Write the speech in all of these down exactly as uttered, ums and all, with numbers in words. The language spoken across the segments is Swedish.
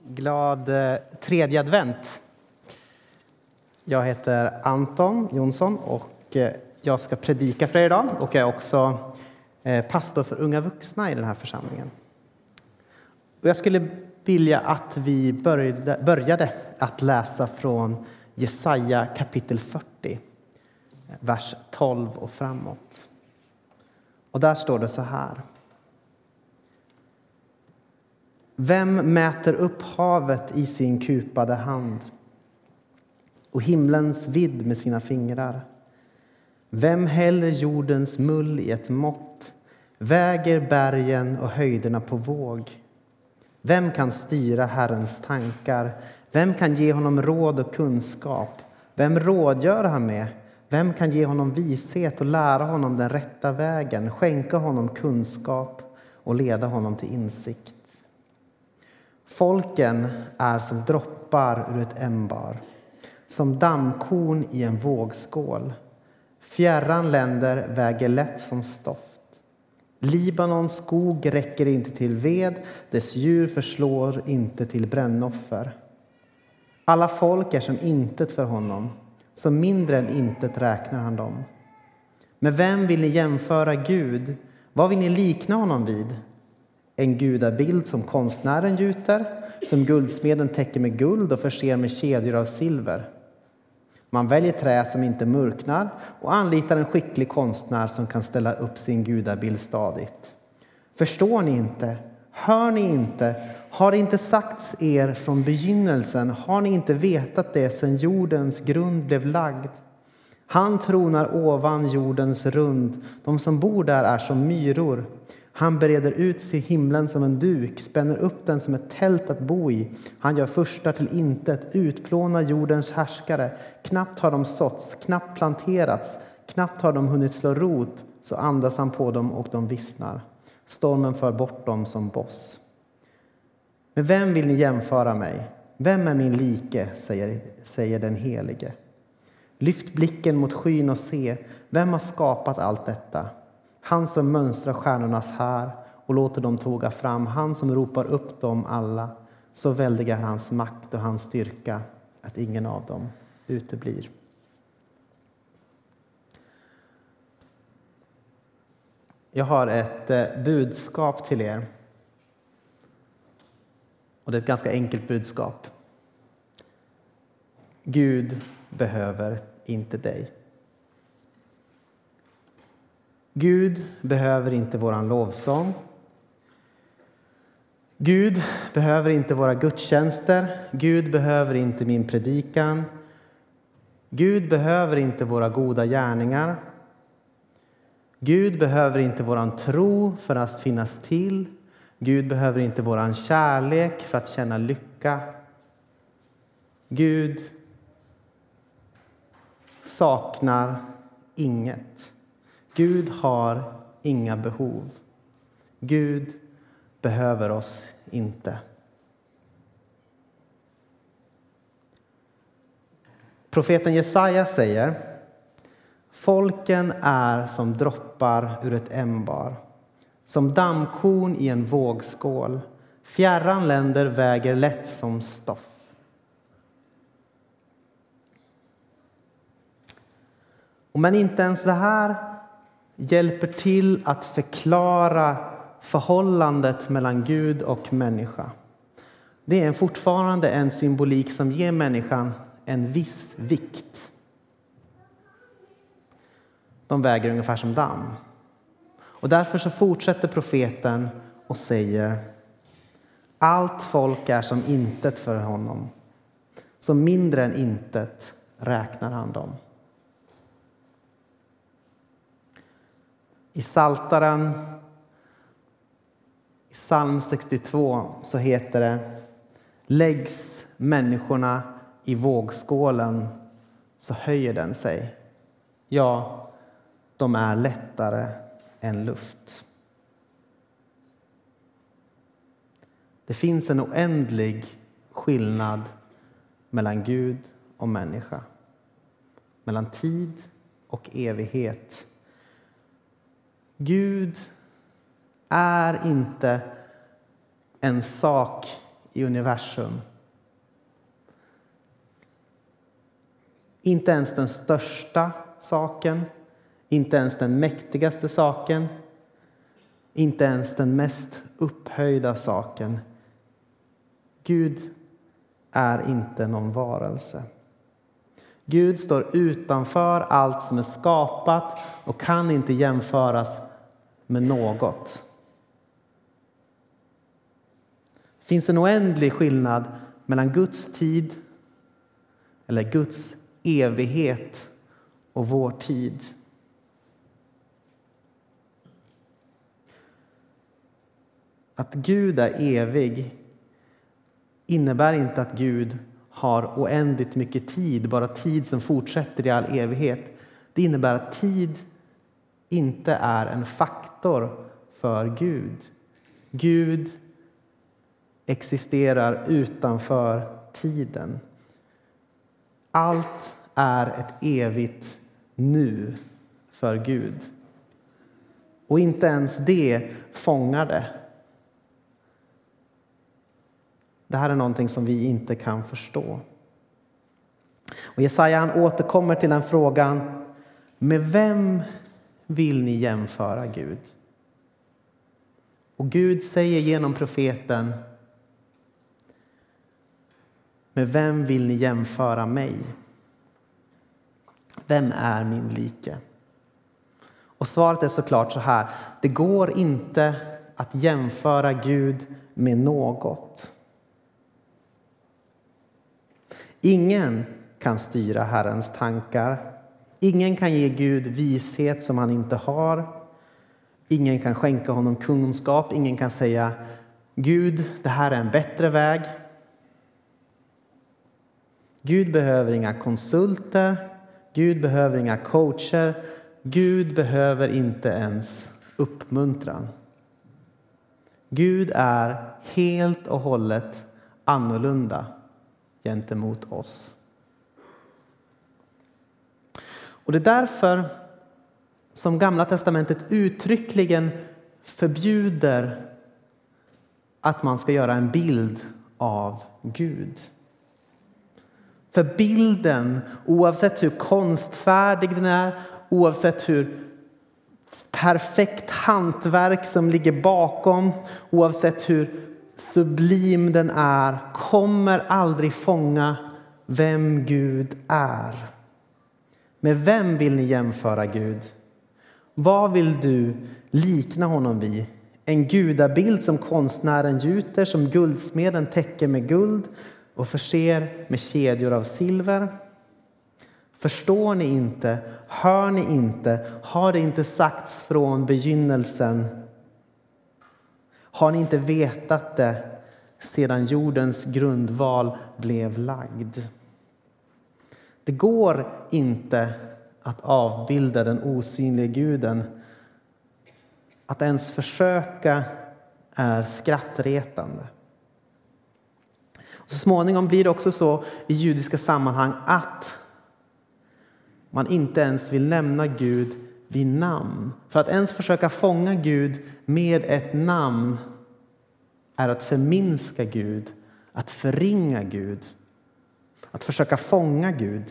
Glad eh, tredje advent. Jag heter Anton Jonsson och eh, jag ska predika för er idag. Och jag är också eh, pastor för unga vuxna i den här församlingen. Och jag skulle vilja att vi började, började att läsa från Jesaja kapitel fyrtio, vers tolv och framåt. Och där står det så här. Vem mäter upp havet i sin kupade hand och himlens vidd med sina fingrar? Vem häller jordens mull i ett mått, väger bergen och höjderna på våg? Vem kan styra Herrens tankar? Vem kan ge honom råd och kunskap? Vem rådgör han med? Vem kan ge honom vishet och lära honom den rätta vägen, skänka honom kunskap och leda honom till insikt? Folken är som droppar ur ett ämbar, som dammkorn i en vågskål. Fjärran länder väger lätt som stoft. Libanons skog räcker inte till ved, dess djur förslår inte till brännoffer. Alla folk är som intet för honom, som mindre än intet räknar han dem. Med vem vill ni jämföra Gud? Vad vill ni likna honom vid? En gudabild som konstnären gjuter, som guldsmeden täcker med guld och förser med kedjor av silver. Man väljer trä som inte mörknar och anlitar en skicklig konstnär som kan ställa upp sin gudabild stadigt. Förstår ni inte? Hör ni inte? Har det inte sagts er från begynnelsen? Har ni inte vetat det sedan jordens grund blev lagd? Han tronar ovan jordens rund. De som bor där är som myror. Han bereder ut sig himlen som en duk, spänner upp den som ett tält att bo i. Han gör första till intet, utplånar jordens härskare. Knappt har de såtts, knappt planterats, knappt har de hunnit slå rot, så andas han på dem och de vissnar. Stormen för bort dem som boss. Men vem vill ni jämföra mig? Vem är min like, säger, säger den helige. Lyft blicken mot skyn och se, vem har skapat allt detta? Han som mönstrar stjärnornas här och låter dem tåga fram. Han som ropar upp dem alla. Så väldig är hans makt och hans styrka att ingen av dem uteblir. Jag har ett budskap till er. Och det är ett ganska enkelt budskap. Gud behöver inte dig. Gud behöver inte våran lovsång. Gud behöver inte våra gudstjänster. Gud behöver inte min predikan. Gud behöver inte våra goda gärningar. Gud behöver inte våran tro för att finnas till. Gud behöver inte våran kärlek för att känna lycka. Gud saknar inget. Gud har inga behov. Gud behöver oss inte. Profeten Jesaja säger: folken är som droppar ur ett ämbar, som dammkorn i en vågskål. Fjärran länder väger lätt som stoff. Men inte ens det här hjälper till att förklara förhållandet mellan Gud och människa. Det är fortfarande en symbolik som ger människan en viss vikt. De väger ungefär som damm. Och därför så fortsätter profeten och säger: allt folk är som intet för honom. Som mindre än intet räknar han dem. I Psaltaren, i psalm sextiotvå, så heter det: läggs människorna i vågskålen så höjer den sig. Ja, de är lättare än luft. Det finns en oändlig skillnad mellan Gud och människa. Mellan tid och evighet. Gud är inte en sak i universum. Inte ens den största saken, inte ens den mäktigaste saken, inte ens den mest upphöjda saken. Gud är inte någon varelse. Gud står utanför allt som är skapat och kan inte jämföras med något. Finns en oändlig skillnad mellan Guds tid eller Guds evighet och vår tid. Att Gud är evig innebär inte att Gud har oändligt mycket tid, bara tid som fortsätter i all evighet. Det innebär att tid inte är en faktor för Gud. Gud existerar utanför tiden. Allt är ett evigt nu för Gud. Och inte ens det fångar det. Det här är någonting som vi inte kan förstå. Och Jesaja han återkommer till den frågan: med vem vill ni jämföra Gud? Och Gud säger genom profeten: med vem vill ni jämföra mig? Vem är min like? Och svaret är såklart så här: det går inte att jämföra Gud med något. Ingen kan styra Herrens tankar. Ingen kan ge Gud vishet som han inte har. Ingen kan skänka honom kunskap. Ingen kan säga: Gud, det här är en bättre väg. Gud behöver inga konsulter. Gud behöver inga coacher. Gud behöver inte ens uppmuntran. Gud är helt och hållet annorlunda gentemot oss. Och det är därför som Gamla testamentet uttryckligen förbjuder att man ska göra en bild av Gud. För bilden, oavsett hur konstfärdig den är, oavsett hur perfekt hantverk som ligger bakom, oavsett hur sublim den är, kommer aldrig fånga vem Gud är. Med vem vill ni jämföra Gud? Vad vill du likna honom vid? En gudabild som konstnären gjuter, som guldsmeden täcker med guld och förser med kedjor av silver? Förstår ni inte? Hör ni inte? Har det inte sagts från begynnelsen? Har ni inte vetat det sedan jordens grundval blev lagd? Det går inte att avbilda den osynliga guden. Att ens försöka är skrattretande. Så småningom blir det också så i judiska sammanhang att man inte ens vill nämna Gud vid namn. För att ens försöka fånga Gud med ett namn är att förminska Gud, att förringa Gud, att försöka fånga Gud.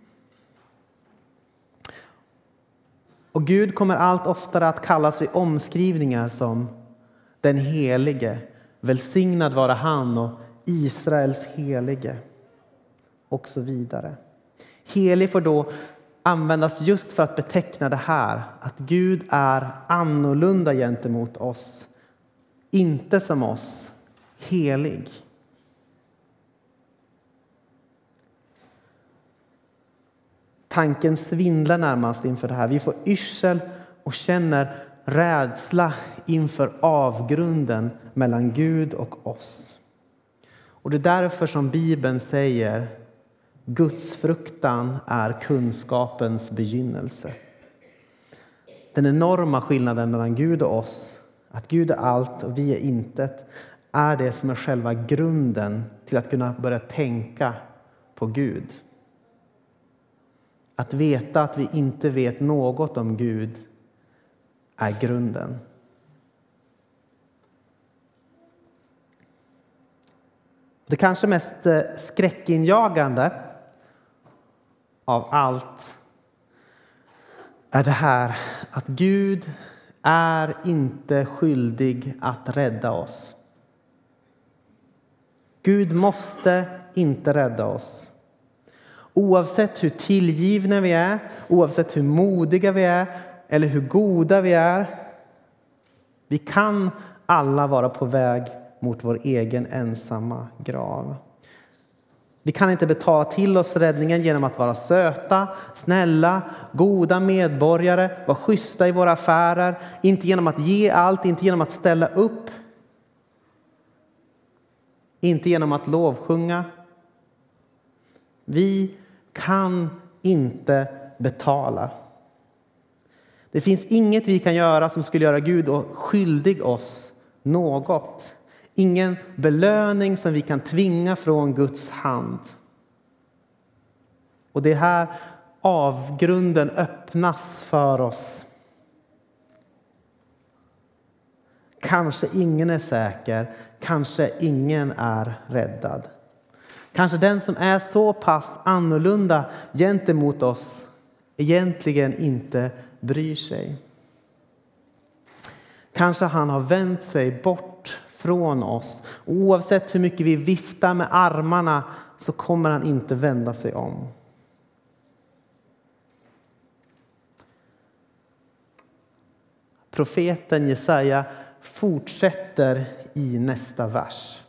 Och Gud kommer allt oftare att kallas vid omskrivningar som den helige, välsignad vara han och Israels helige och så vidare. Helig får då användas just för att beteckna det här, att Gud är annorlunda gentemot oss, inte som oss, helig. Tanken svindlar närmast inför det här. Vi får yrsel och känner rädsla inför avgrunden mellan Gud och oss. Och det är därför som Bibeln säger: Guds fruktan är kunskapens begynnelse. Den enorma skillnaden mellan Gud och oss, att Gud är allt och vi är intet, är det som är själva grunden till att kunna börja tänka på Gud. Att veta att vi inte vet något om Gud är grunden. Det kanske mest skräckinjagande av allt är det här att Gud är inte skyldig att rädda oss. Gud måste inte rädda oss. Oavsett hur tillgivna vi är, oavsett hur modiga vi är eller hur goda vi är. Vi kan alla vara på väg mot vår egen ensamma grav. Vi kan inte betala till oss räddningen genom att vara söta, snälla, goda medborgare, vara schyssta i våra affärer, inte genom att ge allt, inte genom att ställa upp, inte genom att lovsjunga. Vi kan inte betala. Det finns inget vi kan göra som skulle göra Gud skyldig oss något. Ingen belöning som vi kan tvinga från Guds hand. Och det är här avgrunden öppnas för oss. Kanske ingen är säker, kanske ingen är räddad. Kanske den som är så pass annorlunda gentemot oss egentligen inte bryr sig. Kanske han har vänt sig bort från oss. Oavsett hur mycket vi viftar med armarna så kommer han inte vända sig om. Profeten Jesaja fortsätter i nästa vers.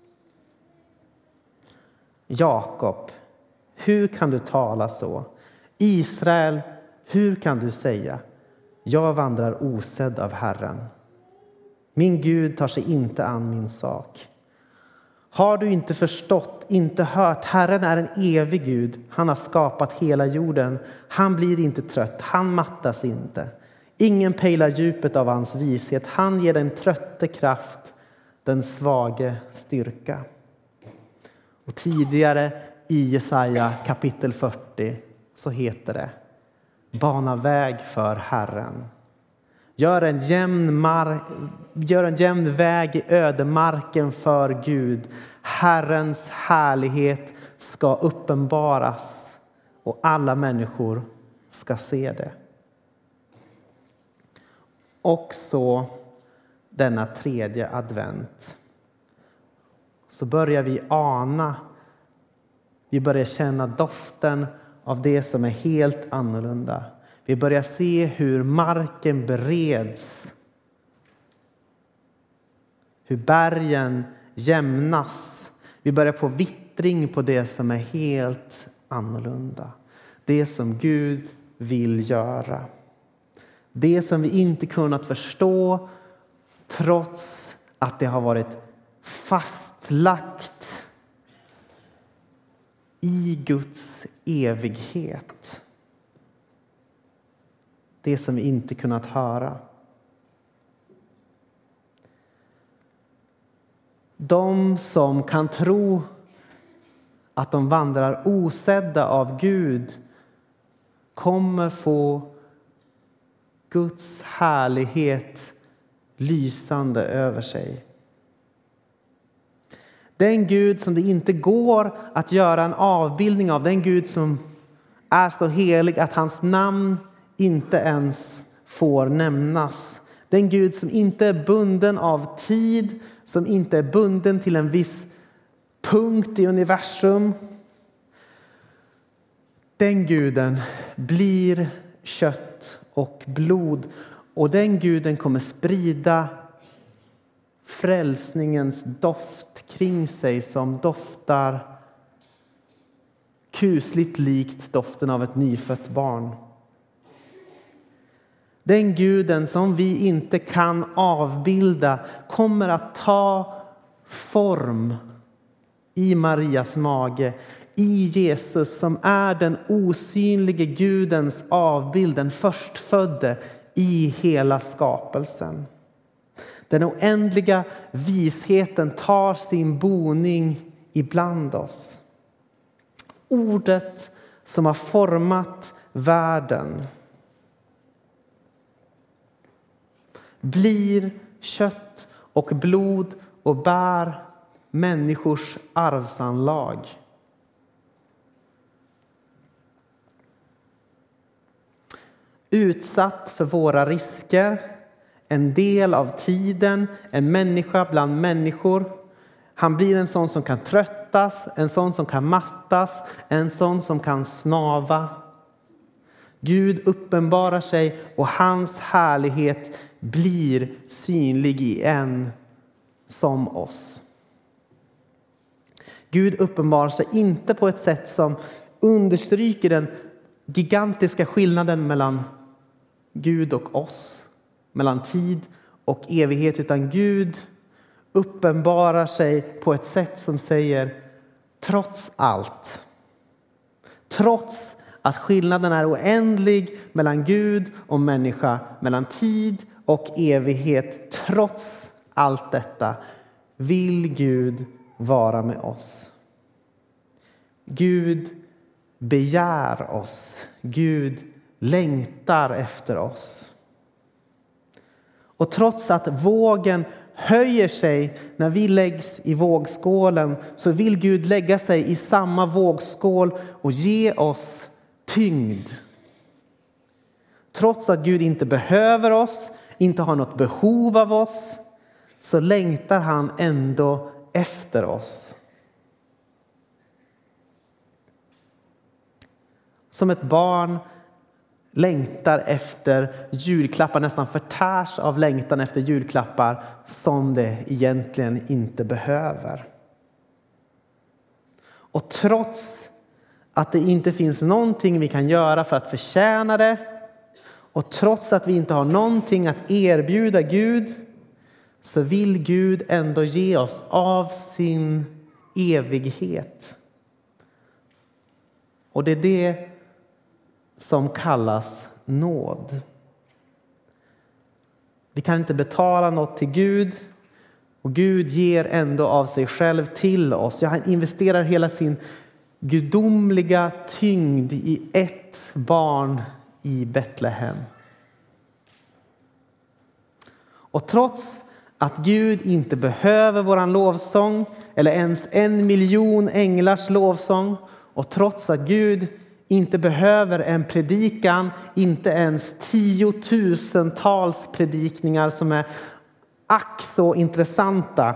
Jakob, hur kan du tala så? Israel, hur kan du säga? Jag vandrar osedd av Herren. Min Gud tar sig inte an min sak. Har du inte förstått, inte hört? Herren är en evig Gud. Han har skapat hela jorden. Han blir inte trött. Han mattas inte. Ingen pejlar djupet av hans vishet. Han ger den trötte kraft, den svage styrka. Och tidigare i Jesaja kapitel fyrtio så heter det: bana väg för Herren. Gör en jämn, mar- gör en jämn väg i ödemarken för Gud. Herrens härlighet ska uppenbaras och alla människor ska se det. Och så denna tredje advent så börjar vi ana, vi börjar känna doften av det som är helt annorlunda. Vi börjar se hur marken bereds. Hur bergen jämnas. Vi börjar få vittring på det som är helt annorlunda. Det som Gud vill göra. Det som vi inte kunnat förstå trots att det har varit fastlagt i Guds evighet. Det som vi inte kunnat höra. De som kan tro att de vandrar osedda av Gud kommer få Guds härlighet lysande över sig. Den Gud som det inte går att göra en avbildning av. Den Gud som är så helig att hans namn inte ens får nämnas. Den Gud som inte är bunden av tid. Som inte är bunden till en viss punkt i universum. Den Guden blir kött och blod. Och den Guden kommer sprida frälsningens doft kring sig som doftar kusligt likt doften av ett nyfött barn. Den Guden som vi inte kan avbilda kommer att ta form i Marias mage, i Jesus som är den osynlige Gudens avbild, den förstfödde i hela skapelsen. Den oändliga visheten tar sin boning ibland oss. Ordet som har format världen blir kött och blod och bär människors arvsanlag. Utsatt för våra risker, en del av tiden, en människa bland människor. Han blir en sån som kan tröttas, en sån som kan mattas, en sån som kan snava. Gud uppenbarar sig och hans härlighet blir synlig i en som oss. Gud uppenbarar sig inte på ett sätt som understryker den gigantiska skillnaden mellan Gud och oss, mellan tid och evighet, utan Gud uppenbarar sig på ett sätt som säger trots allt, trots att skillnaden är oändlig mellan Gud och människa, mellan tid och evighet, trots allt detta vill Gud vara med oss. Gud begär oss. Gud längtar efter oss. Och trots att vågen höjer sig när vi läggs i vågskålen, så vill Gud lägga sig i samma vågskål och ge oss tyngd. Trots att Gud inte behöver oss, inte har något behov av oss, så längtar han ändå efter oss. Som ett barn längtar efter julklappar, nästan förtärs av längtan efter julklappar som det egentligen inte behöver. Och trots att det inte finns någonting vi kan göra för att förtjäna det, och trots att vi inte har någonting att erbjuda Gud, så vill Gud ändå ge oss av sin evighet. Och det är det som kallas nåd. Vi kan inte betala något till Gud, och Gud ger ändå av sig själv till oss. Han investerar hela sin gudomliga tyngd i ett barn i Betlehem. Och trots att Gud inte behöver våran lovsång eller ens en miljon änglars lovsång, och trots att Gud inte behöver en predikan, inte ens tiotusentals predikningar som är ack så intressanta.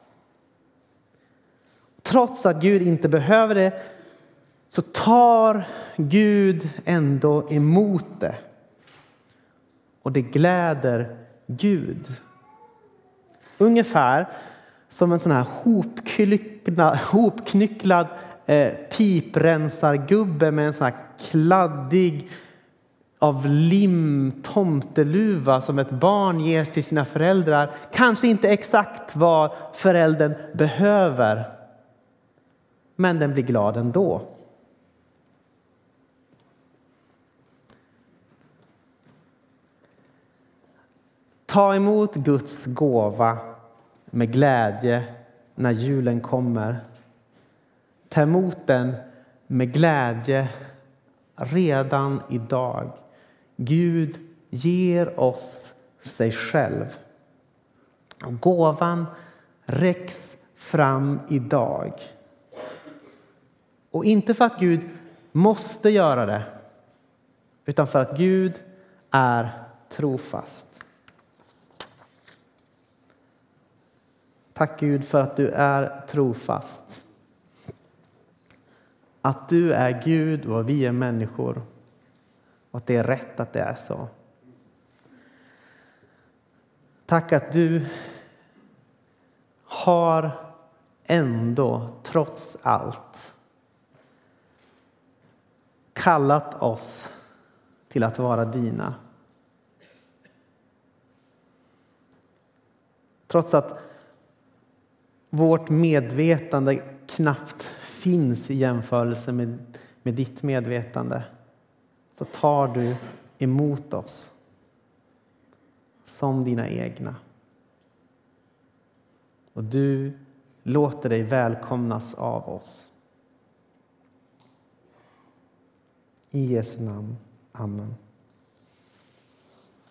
Trots att Gud inte behöver det, så tar Gud ändå emot det. Och det gläder Gud. Ungefär som en sån här hopknycklad, hopknycklad eh, piprensargubbe med en sån här kladdig av lim tomteluva som ett barn ger till sina föräldrar. Kanske inte exakt vad föräldern behöver, men den blir glad ändå. Ta emot Guds gåva med glädje när julen kommer. Ta emot den med glädje redan idag. Gud ger oss sig själv. Och gåvan räcks fram idag. Och inte för att Gud måste göra det, utan för att Gud är trofast. Tack Gud för att du är trofast. Att du är Gud och vi är människor. Och att det är rätt att det är så. Tack att du har ändå, trots allt, kallat oss till att vara dina. Trots att vårt medvetande knappt finns i jämförelse med, med ditt medvetande, så tar du emot oss som dina egna. Och du låter dig välkomnas av oss. I Jesu namn. Amen.